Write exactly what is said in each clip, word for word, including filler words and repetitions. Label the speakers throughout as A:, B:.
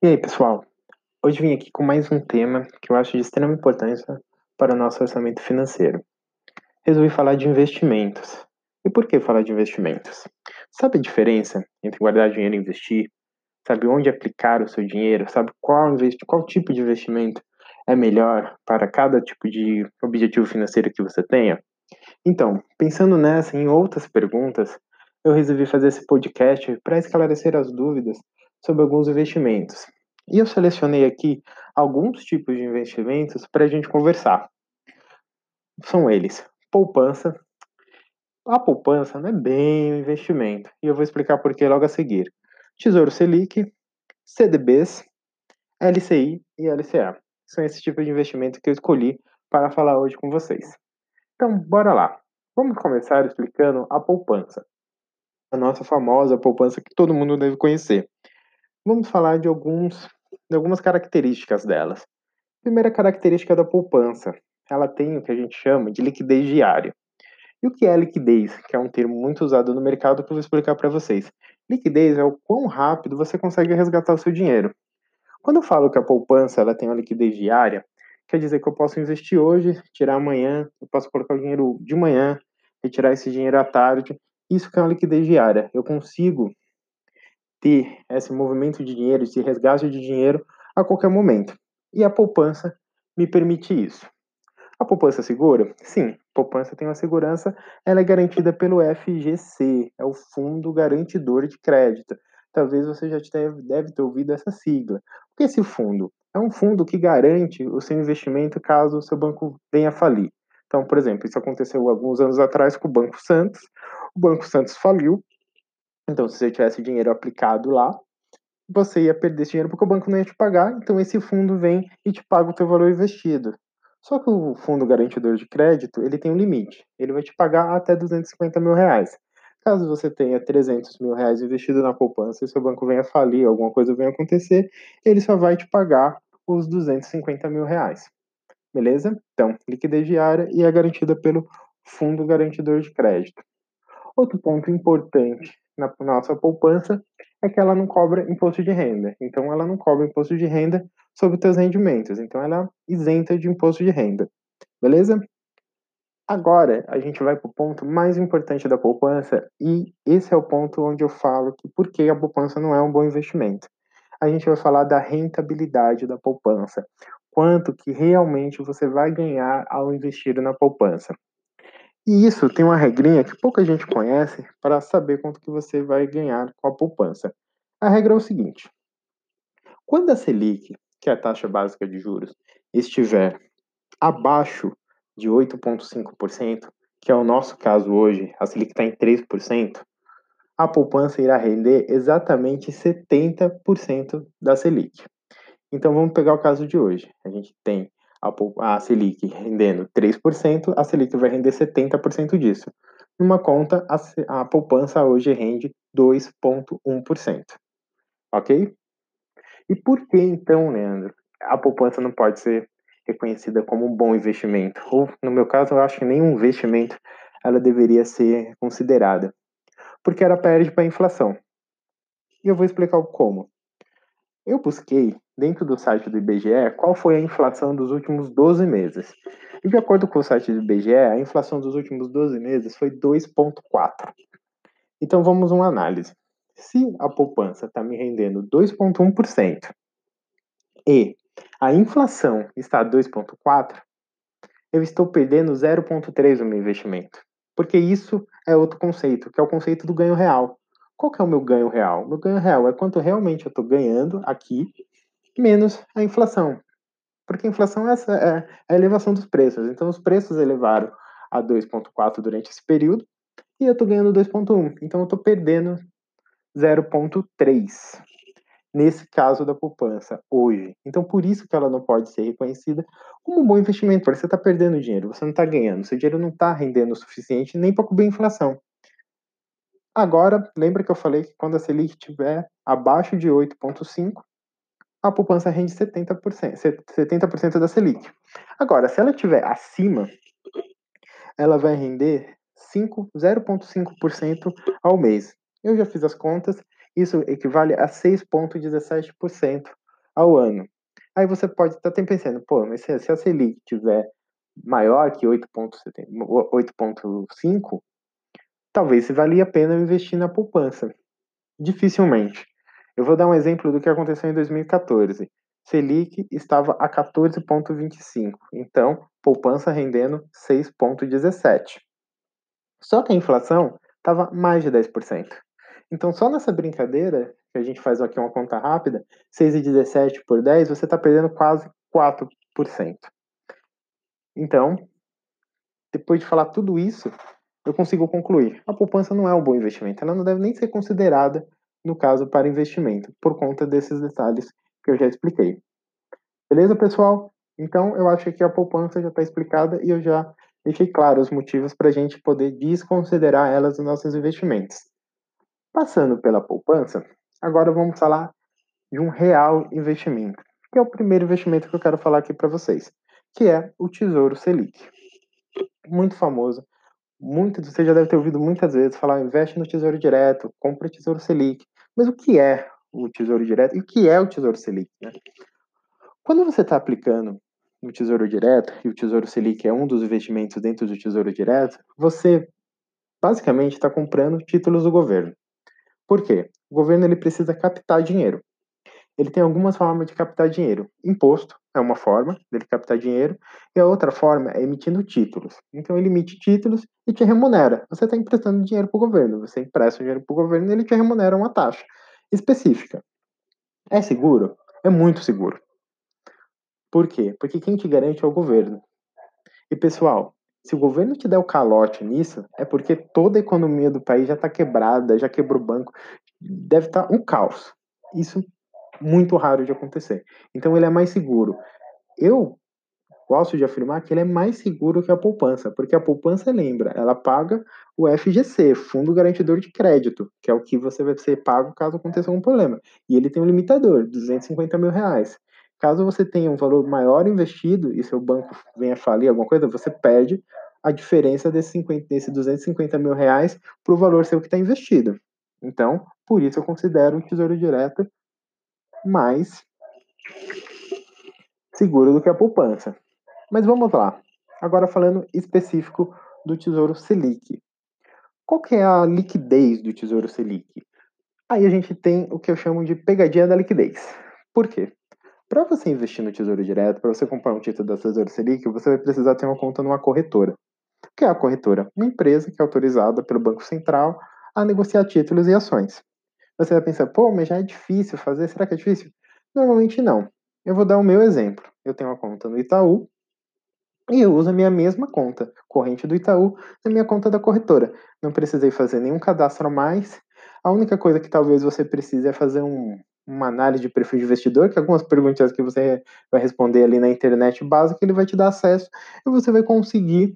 A: E aí, pessoal? Hoje vim aqui com mais um tema que eu acho de extrema importância para o nosso orçamento financeiro. Resolvi falar de investimentos. E por que falar de investimentos? Sabe a diferença entre guardar dinheiro e investir? Sabe onde aplicar o seu dinheiro? Sabe qual, investi qual tipo de investimento é melhor para cada tipo de objetivo financeiro que você tenha? Então, pensando nessa e em outras perguntas, eu resolvi fazer esse podcast para esclarecer as dúvidas sobre alguns investimentos. E eu selecionei aqui alguns tipos de investimentos para a gente conversar. São eles: poupança. A poupança não é bem um investimento, e eu vou explicar por que logo a seguir. Tesouro Selic, C D Bs, L C I e L C A. São esses tipos de investimento que eu escolhi para falar hoje com vocês. Então, bora lá. Vamos começar explicando a poupança, a nossa famosa poupança que todo mundo deve conhecer. Vamos falar de alguns de algumas características delas. Primeira característica da poupança, ela tem o que a gente chama de liquidez diária. E o que é liquidez? Que é um termo muito usado no mercado que eu vou explicar para vocês. Liquidez é o quão rápido você consegue resgatar o seu dinheiro. Quando eu falo que a poupança ela tem uma liquidez diária, quer dizer que eu posso investir hoje, tirar amanhã, eu posso colocar o dinheiro de manhã, retirar esse dinheiro à tarde. Isso que é uma liquidez diária. Eu consigo ter esse movimento de dinheiro, esse resgate de dinheiro a qualquer momento. E a poupança me permite isso. A poupança é segura? Sim, a poupança tem uma segurança, ela é garantida pelo F G C, é o Fundo Garantidor de Crédito. Talvez você já deve, deve ter ouvido essa sigla. O que é esse fundo? É um fundo que garante o seu investimento caso o seu banco venha a falir. Então, por exemplo, isso aconteceu alguns anos atrás com o Banco Santos. O Banco Santos faliu, então se você tivesse dinheiro aplicado lá, você ia perder esse dinheiro porque o banco não ia te pagar, então esse fundo vem e te paga o teu valor investido. Só que o fundo garantidor de crédito, ele tem um limite. Ele vai te pagar até duzentos e cinquenta mil reais. Caso você tenha trezentos mil reais investido na poupança e seu banco venha falir, alguma coisa venha acontecer, ele só vai te pagar os duzentos e cinquenta mil reais. Beleza? Então, liquidez diária e é garantida pelo fundo garantidor de crédito. Outro ponto importante na nossa poupança é que ela não cobra imposto de renda. Então, ela não cobra imposto de renda sobre os seus rendimentos. Então, ela é isenta de imposto de renda. Beleza? Agora, a gente vai para o ponto mais importante da poupança e esse é o ponto onde eu falo que por que a poupança não é um bom investimento. A gente vai falar da rentabilidade da poupança. Quanto que realmente você vai ganhar ao investir na poupança. E isso tem uma regrinha que pouca gente conhece para saber quanto que você vai ganhar com a poupança. A regra é o seguinte: quando a Selic, que é a taxa básica de juros, estiver abaixo de oito vírgula cinco por cento, que é o nosso caso hoje, a Selic está em três por cento, a poupança irá render exatamente setenta por cento da Selic. Então vamos pegar o caso de hoje. A gente tem a, a Selic rendendo três por cento, a Selic vai render setenta por cento disso. Numa conta, a, a poupança hoje rende dois vírgula um por cento. Ok? E por que então, Leandro, a poupança não pode ser reconhecida como um bom investimento? Ou, no meu caso, eu acho que nenhum investimento ela deveria ser considerada. Porque ela perde para a inflação. E eu vou explicar o como. Eu busquei, dentro do site do I B G E, qual foi a inflação dos últimos doze meses. E de acordo com o site do I B G E, a inflação dos últimos doze meses foi dois vírgula quatro. Então vamos uma análise. Se a poupança está me rendendo dois vírgula um por cento e a inflação está dois vírgula quatro, eu estou perdendo zero vírgula três no meu investimento. Porque isso é outro conceito, que é o conceito do ganho real. Qual que é o meu ganho real? O meu ganho real é quanto realmente eu estou ganhando aqui menos a inflação. Porque a inflação é, essa, é a elevação dos preços. Então, os preços elevaram a dois vírgula quatro durante esse período e eu estou ganhando dois vírgula um. Então, eu estou perdendo zero vírgula três nesse caso da poupança hoje. Então, por isso que ela não pode ser reconhecida como um bom investimento, porque você está perdendo dinheiro, você não está ganhando, seu dinheiro não está rendendo o suficiente nem para cobrir a inflação. Agora, lembra que eu falei que quando a Selic estiver abaixo de oito vírgula cinco, a poupança rende setenta por cento, setenta por cento da Selic. Agora, se ela estiver acima, ela vai render zero vírgula cinco por cento ao mês. Eu já fiz as contas, isso equivale a seis vírgula dezessete por cento ao ano. Aí você pode estar até pensando, pô, mas se, se a Selic tiver maior que oito vírgula cinco, talvez se valia a pena investir na poupança. Dificilmente. Eu vou dar um exemplo do que aconteceu em dois mil e quatorze. Selic estava a quatorze vírgula vinte e cinco, então poupança rendendo seis vírgula dezessete. Só que a inflação estava mais de dez por cento. Então, só nessa brincadeira, que a gente faz aqui uma conta rápida, seis vírgula dezessete por dez, você está perdendo quase quatro por cento. Então, depois de falar tudo isso, eu consigo concluir: a poupança não é um bom investimento. Ela não deve nem ser considerada, no caso, para investimento, por conta desses detalhes que eu já expliquei. Beleza, pessoal? Então, eu acho que a poupança já está explicada e eu já deixei claro os motivos para a gente poder desconsiderar elas nos nossos investimentos. Passando pela poupança, agora vamos falar de um real investimento, que é o primeiro investimento que eu quero falar aqui para vocês, que é o Tesouro Selic. Muito famoso, muito, você já deve ter ouvido muitas vezes falar: investe no Tesouro Direto, compra o Tesouro Selic. Mas o que é o Tesouro Direto e o que é o Tesouro Selic, né? Quando você está aplicando no Tesouro Direto, e o Tesouro Selic é um dos investimentos dentro do Tesouro Direto, você basicamente está comprando títulos do governo. Por quê? O governo ele precisa captar dinheiro. Ele tem algumas formas de captar dinheiro. Imposto é uma forma dele captar dinheiro, e a outra forma é emitindo títulos. Então ele emite títulos e te remunera. Você está emprestando dinheiro para o governo, você empresta o dinheiro para o governo e ele te remunera uma taxa específica. É seguro? É muito seguro. Por quê? Porque quem te garante é o governo. E pessoal, se o governo te der o calote nisso, é porque toda a economia do país já está quebrada, já quebrou o banco, deve estar tá um caos. Isso é muito raro de acontecer. Então ele é mais seguro. Eu gosto de afirmar que ele é mais seguro que a poupança, porque a poupança, lembra, ela paga o F G C, Fundo Garantidor de Crédito, que é o que você vai ser pago caso aconteça algum problema. E ele tem um limitador, duzentos e cinquenta mil reais. Caso você tenha um valor maior investido e seu banco venha falir alguma coisa, você perde a diferença desse, cinquenta, desse duzentos e cinquenta mil reais para o valor seu que está investido. Então, por isso eu considero o Tesouro Direto mais seguro do que a poupança. Mas vamos lá. Agora falando específico do Tesouro Selic. Qual que é a liquidez do Tesouro Selic? Aí a gente tem o que eu chamo de pegadinha da liquidez. Por quê? Para você investir no Tesouro Direto, para você comprar um título da Tesouro Selic, você vai precisar ter uma conta numa corretora. O que é a corretora? Uma empresa que é autorizada pelo Banco Central a negociar títulos e ações. Você vai pensar, pô, mas já é difícil fazer, será que é difícil? Normalmente não. Eu vou dar o meu exemplo. Eu tenho uma conta no Itaú, e eu uso a minha mesma conta corrente do Itaú na minha conta da corretora. Não precisei fazer nenhum cadastro a mais. A única coisa que talvez você precise é fazer um, uma análise de perfil de investidor, que algumas perguntas que você vai responder ali na internet básica, ele vai te dar acesso e você vai conseguir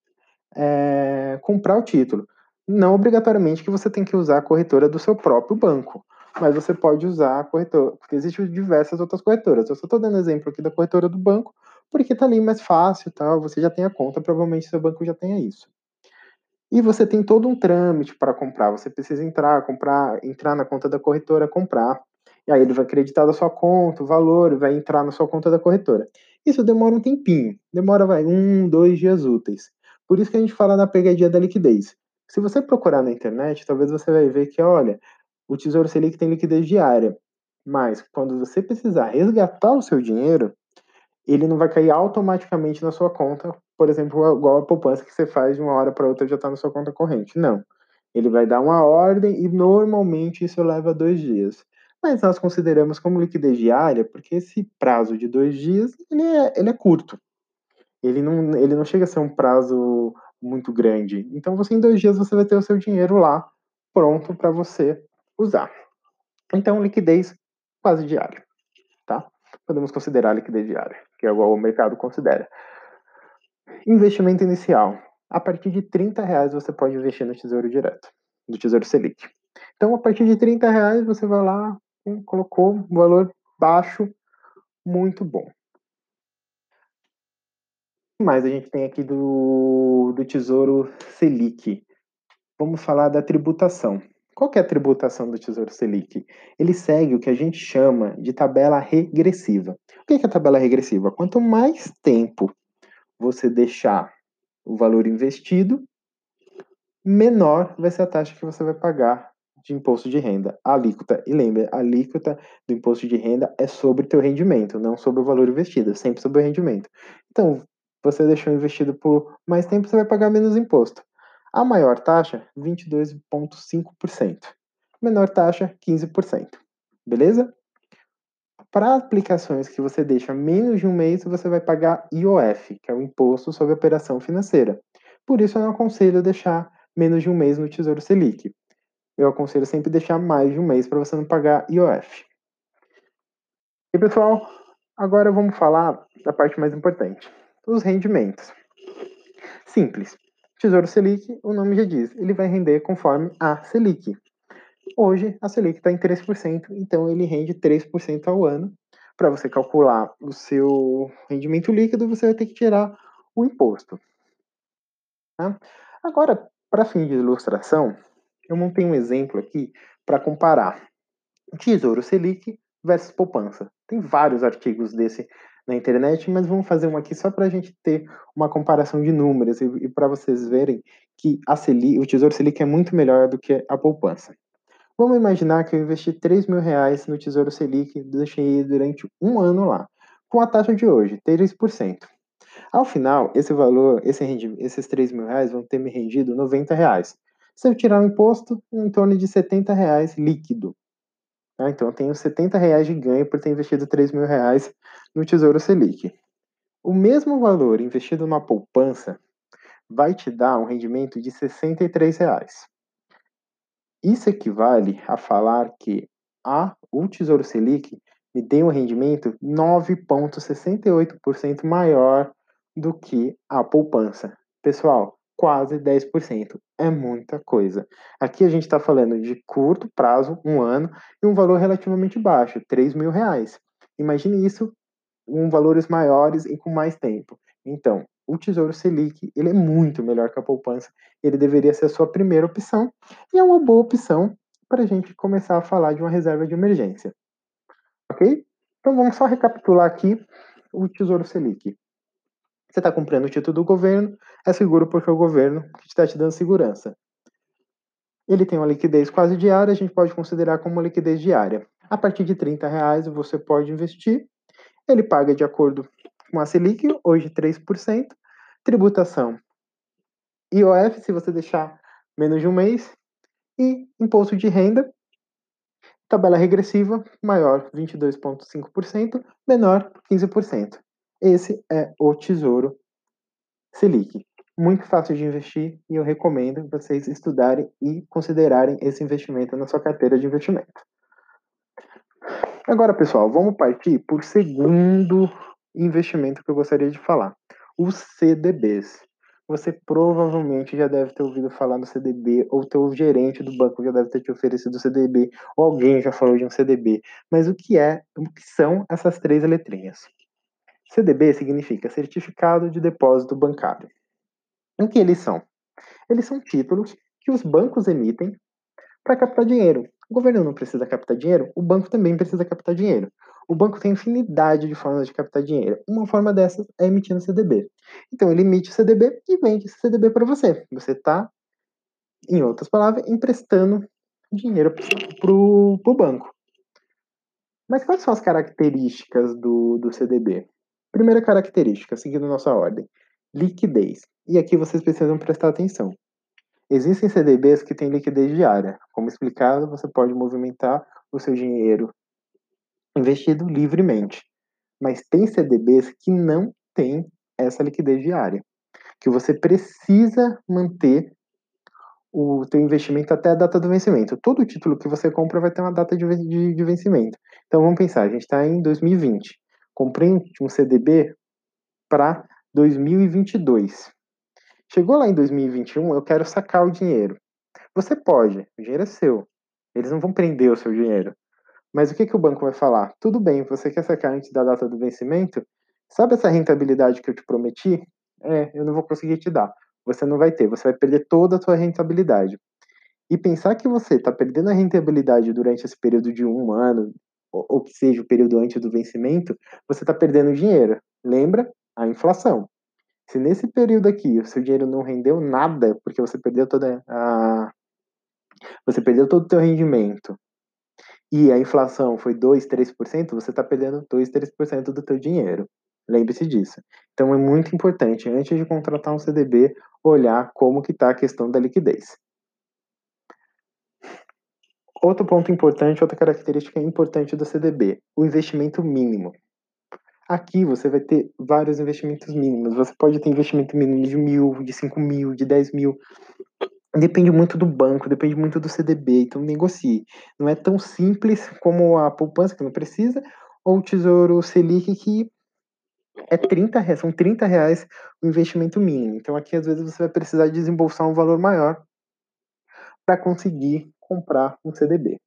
A: é, comprar o título. Não obrigatoriamente que você tem que usar a corretora do seu próprio banco, mas você pode usar a corretora, porque existem diversas outras corretoras. Eu só estou dando exemplo aqui da corretora do banco, porque está ali mais fácil, tal, você já tem a conta, provavelmente seu banco já tenha isso. E você tem todo um trâmite para comprar, você precisa entrar, comprar, entrar na conta da corretora, comprar, e aí ele vai acreditar da sua conta, o valor, vai entrar na sua conta da corretora. Isso demora um tempinho, demora vai, um, dois dias úteis. Por isso que a gente fala na pegadinha da liquidez. Se você procurar na internet, talvez você vai ver que, olha, o Tesouro Selic tem liquidez diária, mas quando você precisar resgatar o seu dinheiro, ele não vai cair automaticamente na sua conta, por exemplo, igual a poupança que você faz de uma hora para outra já está na sua conta corrente. Não. Ele vai dar uma ordem e normalmente isso leva dois dias. Mas nós consideramos como liquidez diária porque esse prazo de dois dias ele é, ele é curto. Ele não, ele não chega a ser um prazo muito grande. Então você em dois dias você vai ter o seu dinheiro lá pronto para você usar. Então liquidez quase diária, tá? Podemos considerar a liquidez diária, que é igual o mercado considera. Investimento inicial. A partir de trinta reais você pode investir no Tesouro Direto, do Tesouro Selic. Então, a partir de trinta reais você vai lá, colocou um valor baixo, muito bom. O que mais a gente tem aqui do, do Tesouro Selic? Vamos falar da tributação. Qual que é a tributação do Tesouro Selic? Ele segue o que a gente chama de tabela regressiva. O que é a tabela regressiva? Quanto mais tempo você deixar o valor investido, menor vai ser a taxa que você vai pagar de imposto de renda, a alíquota. E lembre, a alíquota do imposto de renda é sobre o teu rendimento, não sobre o valor investido, é sempre sobre o rendimento. Então, você deixou investido por mais tempo, você vai pagar menos imposto. A maior taxa, vinte e dois vírgula cinco por cento. Menor taxa, quinze por cento. Beleza? Para aplicações que você deixa menos de um mês, você vai pagar I O F, que é o Imposto sobre Operação Financeira. Por isso, eu não aconselho deixar menos de um mês no Tesouro Selic. Eu aconselho sempre deixar mais de um mês para você não pagar I O F. E pessoal, agora vamos falar da parte mais importante, os rendimentos. Simples. Tesouro Selic, o nome já diz, ele vai render conforme a Selic. Hoje, a Selic está em três por cento, então ele rende três por cento ao ano. Para você calcular o seu rendimento líquido, você vai ter que tirar o imposto. Tá? Agora, para fim de ilustração, eu montei um exemplo aqui para comparar Tesouro Selic versus poupança. Tem vários artigos desse na internet, mas vamos fazer um aqui só para a gente ter uma comparação de números e, e para vocês verem que a Selic, o Tesouro Selic é muito melhor do que a poupança. Vamos imaginar que eu investi três mil reais no Tesouro Selic e deixei durante um ano lá, com a taxa de hoje, três por cento. Ao final, esse valor, esse rendi, esses três mil reais vão ter me rendido noventa reais. Se eu tirar o imposto, em torno de setenta reais líquido. Tá? Então, eu tenho setenta reais de ganho por ter investido três mil reais no Tesouro Selic. O mesmo valor investido numa poupança vai te dar um rendimento de sessenta e três reais. Isso equivale a falar que a, o Tesouro Selic me tem um rendimento nove vírgula sessenta e oito por cento maior do que a poupança. Pessoal, quase dez por cento. É muita coisa. Aqui a gente está falando de curto prazo, um ano, e um valor relativamente baixo, três mil reais. Imagine isso com valores maiores e com mais tempo. Então, o Tesouro Selic, ele é muito melhor que a poupança. Ele deveria ser a sua primeira opção e é uma boa opção para a gente começar a falar de uma reserva de emergência. Ok? Então, vamos só recapitular aqui o Tesouro Selic. Você está comprando o título do governo, é seguro porque é o governo que está te dando segurança. Ele tem uma liquidez quase diária, a gente pode considerar como uma liquidez diária. A partir de trinta reais você pode investir. Ele paga de acordo com a Selic, hoje três por cento. Tributação I O F, se você deixar menos de um mês. E imposto de renda, tabela regressiva, maior vinte e dois vírgula cinco por cento, menor quinze por cento. Esse é o Tesouro Selic. Muito fácil de investir e eu recomendo vocês estudarem e considerarem esse investimento na sua carteira de investimento. Agora, pessoal, vamos partir por segundo investimento que eu gostaria de falar, os C D Bs. Você provavelmente já deve ter ouvido falar no C D B, ou teu gerente do banco já deve ter te oferecido C D B, ou alguém já falou de um C D B. Mas o que é, o que são essas três letrinhas? C D B significa Certificado de Depósito Bancário. O que eles são? Eles são títulos que os bancos emitem para captar dinheiro. O governo não precisa captar dinheiro, o banco também precisa captar dinheiro. O banco tem infinidade de formas de captar dinheiro. Uma forma dessas é emitindo C D B. Então ele emite o C D B e vende esse C D B para você. Você está, em outras palavras, emprestando dinheiro para o banco. Mas quais são as características do, do C D B? Primeira característica, seguindo nossa ordem, liquidez. E aqui vocês precisam prestar atenção. Existem C D Bs que têm liquidez diária. Como explicado, você pode movimentar o seu dinheiro investido livremente. Mas tem C D Bs que não têm essa liquidez diária, que você precisa manter o teu investimento até a data do vencimento. Todo título que você compra vai ter uma data de, de, de vencimento. Então vamos pensar, a gente está em dois mil e vinte. Comprei um C D B para dois mil e vinte e dois. Chegou lá em dois mil e vinte e um, eu quero sacar o dinheiro. Você pode, o dinheiro é seu. Eles não vão prender o seu dinheiro. Mas o que, que o banco vai falar? Tudo bem, você quer sacar antes da data do vencimento? Sabe essa rentabilidade que eu te prometi? É, eu não vou conseguir te dar. Você não vai ter, você vai perder toda a sua rentabilidade. e pensar que você está perdendo a rentabilidade durante esse período de um ano, ou, ou que seja o período antes do vencimento, você está perdendo dinheiro. Lembra? A inflação. Se nesse período aqui o seu dinheiro não rendeu nada, porque você perdeu toda a, você perdeu todo o seu rendimento, e a inflação foi dois, três por cento, você está perdendo dois, três por cento do teu dinheiro. Lembre-se disso. Então é muito importante, antes de contratar um C D B, olhar como que está a questão da liquidez. Outro ponto importante, outra característica importante do C D B, o investimento mínimo. Aqui você vai ter vários investimentos mínimos. Você pode ter investimento mínimo de mil, de cinco mil, de dez mil. Depende muito do banco, depende muito do C D B, então negocie. Não é tão simples como a poupança, que não precisa, ou o Tesouro Selic, que é trinta reais, são trinta reais o investimento mínimo. Então aqui às vezes você vai precisar desembolsar um valor maior para conseguir comprar um C D B.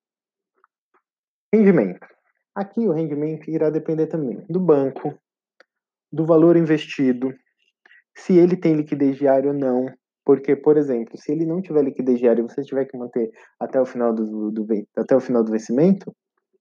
A: Rendimento. Aqui o rendimento irá depender também do banco, do valor investido, se ele tem liquidez diária ou não. Porque, por exemplo, se ele não tiver liquidez diária e você tiver que manter até o final do, do, até o final do vencimento,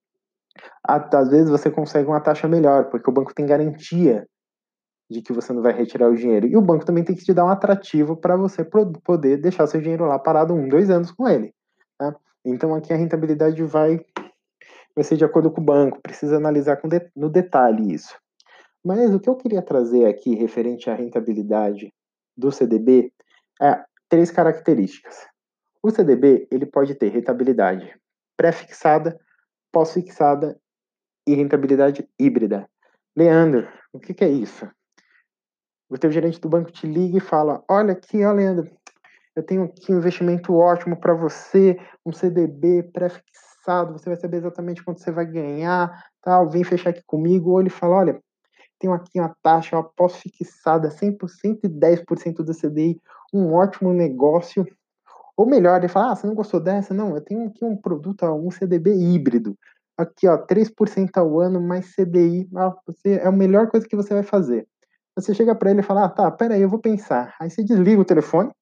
A: às vezes você consegue uma taxa melhor, porque o banco tem garantia de que você não vai retirar o dinheiro. E o banco também tem que te dar um atrativo para você poder deixar seu dinheiro lá parado um, dois anos com ele. Tá? Então aqui a rentabilidade vai, vai ser de acordo com o banco, precisa analisar com de, no detalhe isso. Mas o que eu queria trazer aqui referente à rentabilidade do C D B é três características. O C D B ele pode ter rentabilidade pré-fixada, pós-fixada e rentabilidade híbrida. Leandro, o que, que é isso? O teu gerente do banco te liga e fala: olha aqui, ó, Leandro, eu tenho aqui um investimento ótimo para você, um C D B pré-fixado, você vai saber exatamente quanto você vai ganhar, tal, vem fechar aqui comigo. Ou ele fala: olha, tenho aqui uma taxa, uma pós-fixada, cem por cento e dez por cento do C D I, um ótimo negócio. Ou melhor, ele fala: ah, você não gostou dessa? Não, eu tenho aqui um produto, um C D B híbrido. Aqui, ó, três por cento ao ano, mais C D I. Ah, você, é a melhor coisa que você vai fazer. Você chega para ele e fala: ah, tá, peraí, eu vou pensar. Aí você desliga o telefone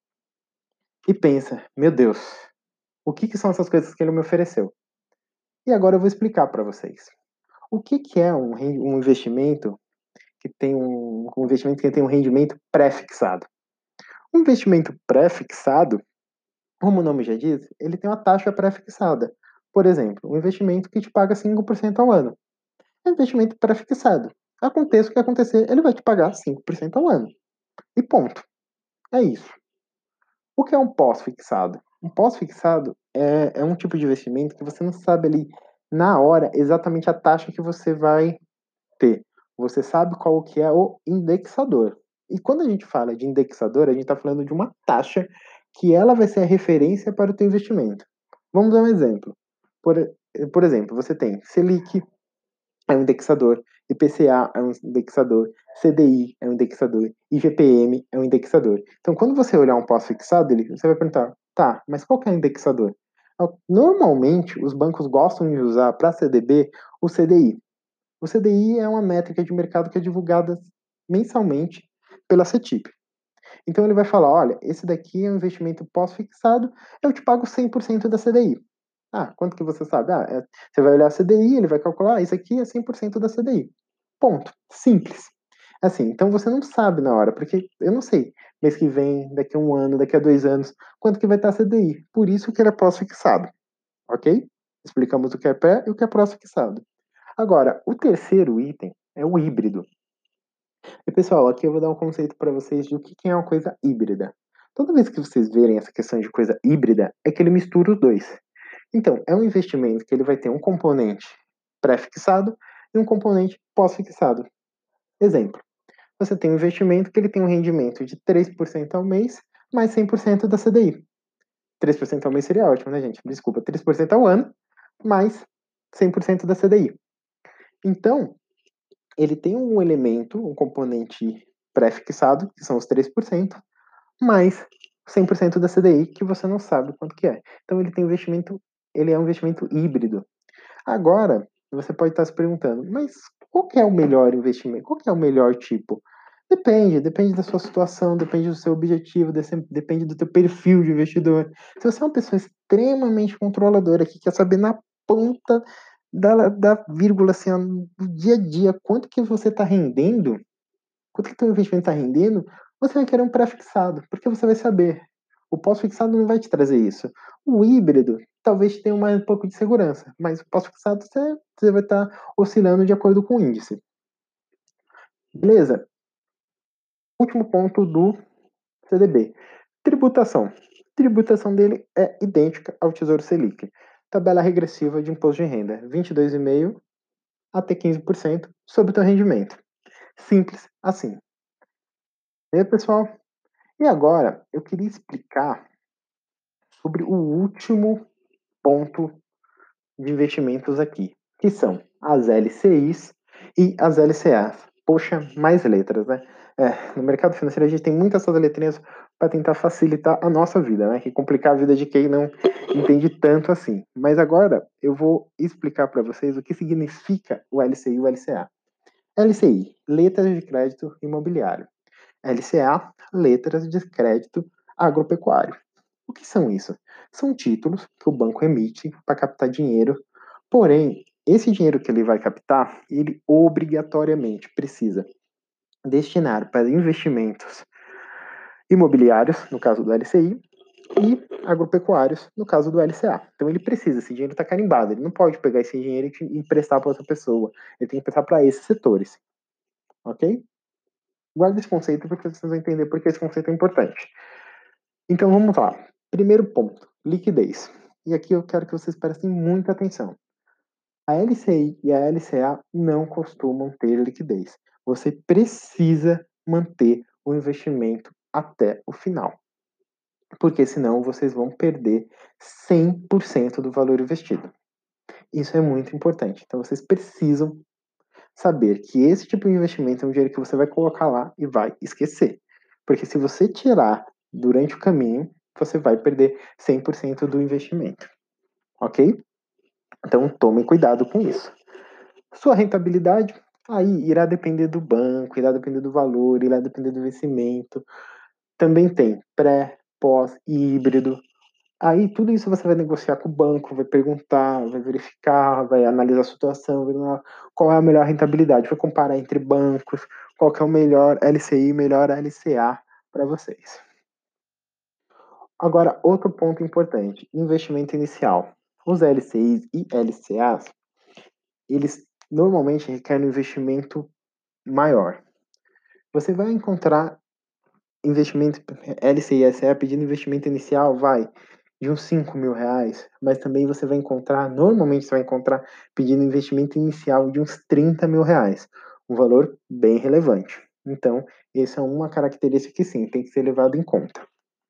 A: e pensa: meu Deus, o que, que são essas coisas que ele me ofereceu? E agora eu vou explicar para vocês. O que, que é um, um investimento que tem um, um investimento que tem um rendimento pré-fixado? Um investimento pré-fixado, como o nome já diz, ele tem uma taxa pré-fixada. Por exemplo, um investimento que te paga cinco por cento ao ano. É um investimento pré-fixado. Aconteça o que acontecer, ele vai te pagar cinco por cento ao ano. E ponto. É isso. O que é um pós-fixado? Um pós-fixado é, é um tipo de investimento que você não sabe ali na hora exatamente a taxa que você vai ter. Você sabe qual que é o indexador. E quando a gente fala de indexador, a gente está falando de uma taxa que ela vai ser a referência para o teu investimento. Vamos dar um exemplo. Por, por exemplo, você tem Selic, é um indexador, I P C A é um indexador, C D I é um indexador, I G P M é um indexador. Então, quando você olhar um pós-fixado, você vai perguntar, tá, mas qual que é o indexador? Normalmente, os bancos gostam de usar para C D B o C D I. O C D I é uma métrica de mercado que é divulgada mensalmente pela CETIP. Então ele vai falar, olha, esse daqui é um investimento pós-fixado, eu te pago cem por cento da C D I. Ah, quanto que você sabe? Ah, é, você vai olhar a C D I, ele vai calcular, ah, isso aqui é cem por cento da C D I. Ponto. Simples. Assim, então você não sabe na hora, porque eu não sei, mês que vem, daqui a um ano, daqui a dois anos, quanto que vai estar a C D I. Por isso que ele é pós-fixado. Ok? Explicamos o que é pré e o que é pós-fixado. Agora, o terceiro item é o híbrido. E pessoal, aqui eu vou dar um conceito para vocês de o que é uma coisa híbrida. Toda vez que vocês verem essa questão de coisa híbrida, é que ele mistura os dois. Então, é um investimento que ele vai ter um componente pré-fixado e um componente pós-fixado. Exemplo, você tem um investimento que ele tem um rendimento de três por cento ao mês, mais cem por cento da C D I. três por cento ao mês seria ótimo, né, gente? Desculpa, três por cento ao ano, mais cem por cento da C D I. Então, ele tem um elemento, um componente pré-fixado, que são os três por cento, mais cem por cento da C D I, que você não sabe quanto que é. Então ele tem investimento, ele é um investimento híbrido. Agora, você pode estar se perguntando, mas qual que é o melhor investimento? Qual que é o melhor tipo? Depende, depende da sua situação, depende do seu objetivo, depende do teu perfil de investidor. Se você é uma pessoa extremamente controladora, que quer saber na ponta da, da vírgula, assim, do dia a dia, quanto que você está rendendo, quanto que teu investimento está rendendo, você vai querer um pré-fixado, porque você vai saber. O pós-fixado não vai te trazer isso. O híbrido talvez tenha mais um pouco de segurança, mas o pós-fixado você, você vai estar tá oscilando de acordo com o índice. Beleza? Último ponto do C D B. Tributação. Tributação dele é idêntica ao Tesouro Selic. Tabela regressiva de imposto de renda, vinte e dois vírgula cinco por cento até quinze por cento sobre o teu rendimento. Simples assim. E aí, pessoal? E agora, eu queria explicar sobre o último ponto de investimentos aqui, que são as L C Is e as L C As. Poxa, mais letras, né? É, no mercado financeiro a gente tem muitas essas letrinhas para tentar facilitar a nossa vida, né? Que complicar a vida de quem não entende tanto assim. Mas agora eu vou explicar para vocês o que significa o L C I e o L C A. L C I, letras de crédito imobiliário. L C A, letras de crédito agropecuário. O que são isso? São títulos que o banco emite para captar dinheiro, porém, esse dinheiro que ele vai captar, ele obrigatoriamente precisa destinar para investimentos imobiliários, no caso do L C I, e agropecuários, no caso do L C A. Então ele precisa, esse dinheiro está carimbado, ele não pode pegar esse dinheiro e emprestar para outra pessoa, ele tem que emprestar para esses setores, ok? Guarda esse conceito porque vocês vão entender porque esse conceito é importante. Então vamos lá. Primeiro ponto, liquidez. E aqui eu quero que vocês prestem muita atenção. A L C I e a L C A não costumam ter liquidez. Você precisa manter o investimento até o final. Porque senão vocês vão perder cem por cento do valor investido. Isso é muito importante. Então vocês precisam saber que esse tipo de investimento é um dinheiro que você vai colocar lá e vai esquecer. Porque se você tirar durante o caminho, você vai perder cem por cento do investimento. Ok? Então tome cuidado com isso. Sua rentabilidade, aí irá depender do banco, irá depender do valor, irá depender do vencimento. Também tem pré, pós e híbrido. Aí tudo isso você vai negociar com o banco, vai perguntar, vai verificar, vai analisar a situação, vai ver qual é a melhor rentabilidade, vai comparar entre bancos, qual que é o melhor L C I, melhor L C A para vocês. Agora, outro ponto importante, investimento inicial. Os L C Is e L C As, eles normalmente requerem um investimento maior. Você vai encontrar investimento L C I e L C A pedindo investimento inicial, vai de uns cinco mil reais, mas também você vai encontrar, normalmente você vai encontrar pedindo investimento inicial de uns trinta mil reais, um valor bem relevante. Então, essa é uma característica que sim, tem que ser levado em conta.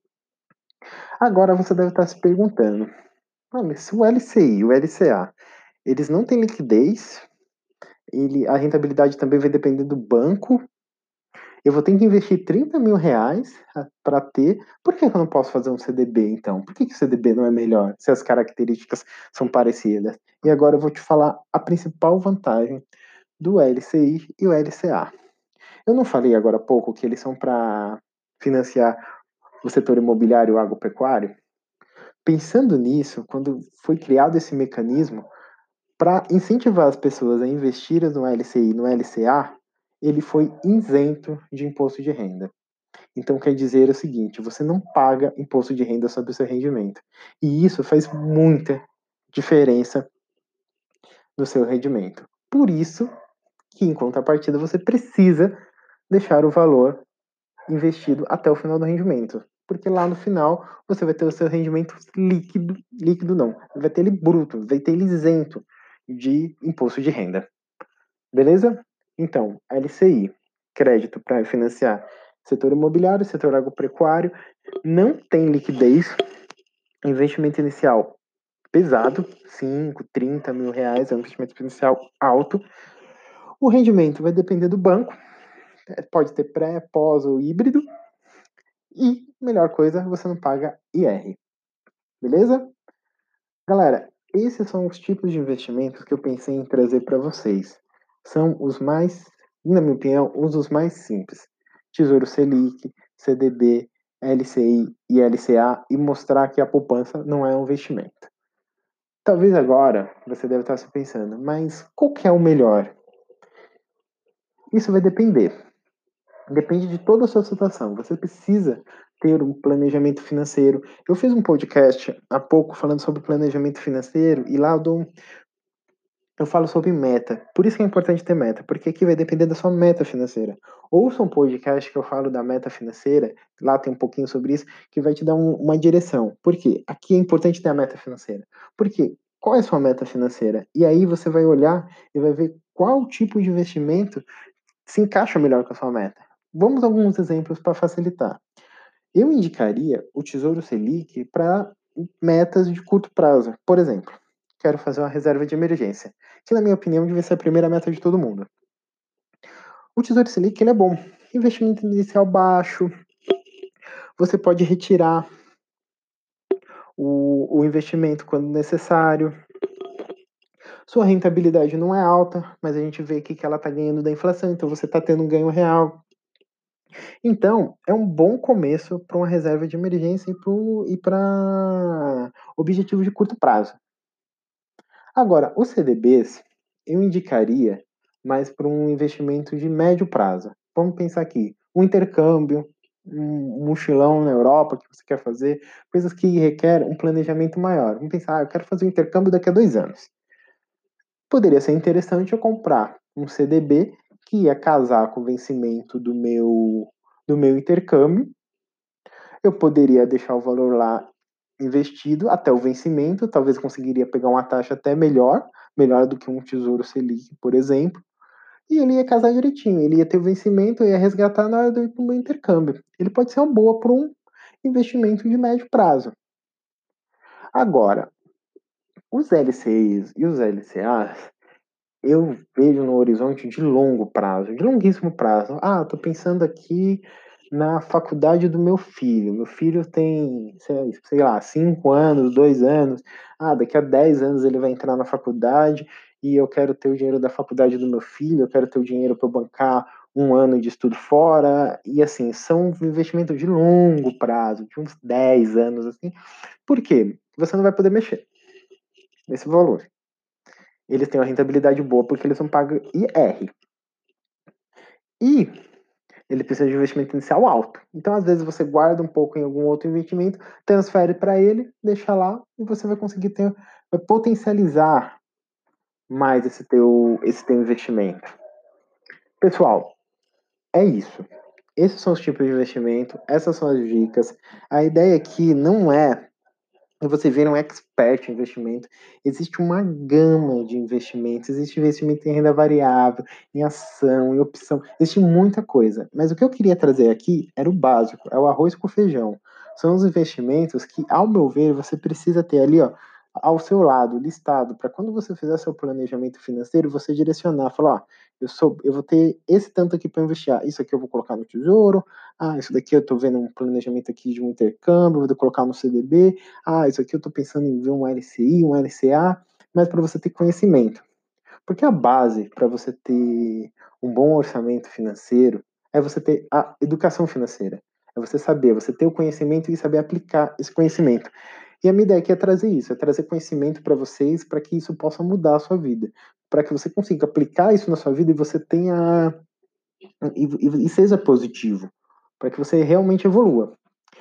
A: Agora você deve estar se perguntando, ah, mas se o L C I e o L C A, eles não têm liquidez, ele, a rentabilidade também vai depender do banco, eu vou ter que investir trinta mil reais para ter. Por que eu não posso fazer um C D B, então? Por que, que o C D B não é melhor, se as características são parecidas? E agora eu vou te falar a principal vantagem do L C I e o L C A. Eu não falei agora há pouco que eles são para financiar o setor imobiliário agropecuário? Pensando nisso, quando foi criado esse mecanismo, para incentivar as pessoas a investirem no L C I e no L C A, ele foi isento de imposto de renda. Então quer dizer o seguinte, você não paga imposto de renda sobre o seu rendimento. E isso faz muita diferença no seu rendimento. Por isso que, em contrapartida, você precisa deixar o valor investido até o final do rendimento. Porque lá no final você vai ter o seu rendimento líquido, líquido não, vai ter ele bruto, vai ter ele isento de imposto de renda. Beleza? Então, L C I, crédito para financiar setor imobiliário, setor agropecuário, não tem liquidez, investimento inicial pesado, cinco, trinta mil reais, é um investimento inicial alto. O rendimento vai depender do banco, pode ter pré, pós ou híbrido. E, melhor coisa, você não paga I R. Beleza? Galera, esses são os tipos de investimentos que eu pensei em trazer para vocês. São os mais, na minha opinião, os dos mais simples. Tesouro Selic, C D B, L C I e L C A e mostrar que a poupança não é um investimento. Talvez agora você deve estar se pensando, mas qual que é o melhor? Isso vai depender. Depende de toda a sua situação. Você precisa ter um planejamento financeiro. Eu fiz um podcast há pouco falando sobre planejamento financeiro e lá eu, dou, eu falo sobre meta. Por isso que é importante ter meta, porque aqui vai depender da sua meta financeira. Ouça um podcast que eu falo da meta financeira, lá tem um pouquinho sobre isso, que vai te dar um, uma direção. Por quê? Aqui é importante ter a meta financeira. Por quê? Qual é a sua meta financeira? E aí você vai olhar e vai ver qual tipo de investimento se encaixa melhor com a sua meta. Vamos a alguns exemplos para facilitar. Eu indicaria o Tesouro Selic para metas de curto prazo. Por exemplo, quero fazer uma reserva de emergência, que na minha opinião deve ser a primeira meta de todo mundo. O Tesouro Selic ele é bom. Investimento inicial baixo, você pode retirar o, o investimento quando necessário. Sua rentabilidade não é alta, mas a gente vê aqui que ela está ganhando da inflação, então você está tendo um ganho real. Então, é um bom começo para uma reserva de emergência e para objetivos de curto prazo. Agora, os C D Bs, eu indicaria mais para um investimento de médio prazo. Vamos pensar aqui, um intercâmbio, um mochilão na Europa que você quer fazer, coisas que requerem um planejamento maior. Vamos pensar, ah, eu quero fazer um intercâmbio daqui a dois anos. Poderia ser interessante eu comprar um C D B que ia casar com o vencimento do meu, do meu intercâmbio. Eu poderia deixar o valor lá investido até o vencimento, talvez conseguiria pegar uma taxa até melhor, melhor do que um Tesouro Selic, por exemplo, e ele ia casar direitinho, ele ia ter o vencimento, ia resgatar na hora do meu intercâmbio. Ele pode ser uma boa para um investimento de médio prazo. Agora, os L C Is e os L C As, eu vejo no horizonte de longo prazo, de longuíssimo prazo. Ah, estou pensando aqui na faculdade do meu filho. Meu filho tem, sei, sei lá, cinco anos, dois anos. Ah, daqui a dez anos ele vai entrar na faculdade e eu quero ter o dinheiro da faculdade do meu filho, eu quero ter o dinheiro para bancar um ano de estudo fora. E assim, são investimentos de longo prazo, de uns dez anos, assim. Por quê? Você não vai poder mexer nesse valor. Eles têm uma rentabilidade boa porque eles não pagam I R. E ele precisa de um investimento inicial alto. Então, às vezes, você guarda um pouco em algum outro investimento, transfere para ele, deixa lá e você vai conseguir ter, vai potencializar mais esse teu, esse teu investimento. Pessoal, é isso. Esses são os tipos de investimento, essas são as dicas. A ideia aqui não é você vira um expert em investimento. Existe uma gama de investimentos. Existe investimento em renda variável, em ação, em opção. Existe muita coisa. Mas o que eu queria trazer aqui era o básico, é o arroz com feijão. São os investimentos que, ao meu ver, você precisa ter ali, ó, ao seu lado, listado, para quando você fizer seu planejamento financeiro, você direcionar, falar, ó, eu sou, eu vou ter esse tanto aqui para investir. Ah, isso aqui eu vou colocar no tesouro. Ah, isso daqui eu estou vendo um planejamento aqui de um intercâmbio, vou colocar no C D B. Ah, isso aqui eu estou pensando em ver um L C I, um L C A, mas para você ter conhecimento. Porque a base para você ter um bom orçamento financeiro é você ter a educação financeira. É você saber, você ter o conhecimento e saber aplicar esse conhecimento. E a minha ideia aqui é trazer isso, é trazer conhecimento para vocês, para que isso possa mudar a sua vida. Para que você consiga aplicar isso na sua vida e você tenha. E, e, e seja positivo. Para que você realmente evolua.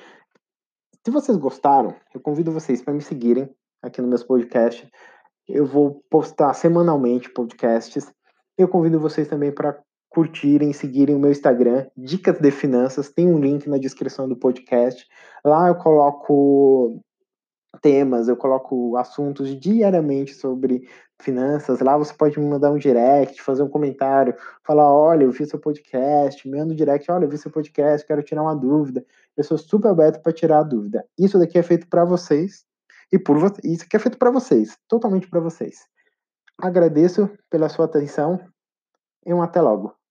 A: Se vocês gostaram, eu convido vocês para me seguirem aqui no meus podcasts. Eu vou postar semanalmente podcasts. Eu convido vocês também para curtirem e seguirem o meu Instagram, Dicas de Finanças. Tem um link na descrição do podcast. Lá eu coloco temas, eu coloco assuntos diariamente sobre finanças. Lá você pode me mandar um direct, fazer um comentário, falar: olha, eu vi seu podcast, me manda um direct, olha, eu vi seu podcast, quero tirar uma dúvida. Eu sou super aberto para tirar a dúvida. Isso daqui é feito para vocês e por vo... isso aqui é feito para vocês, totalmente para vocês. Agradeço pela sua atenção e um até logo.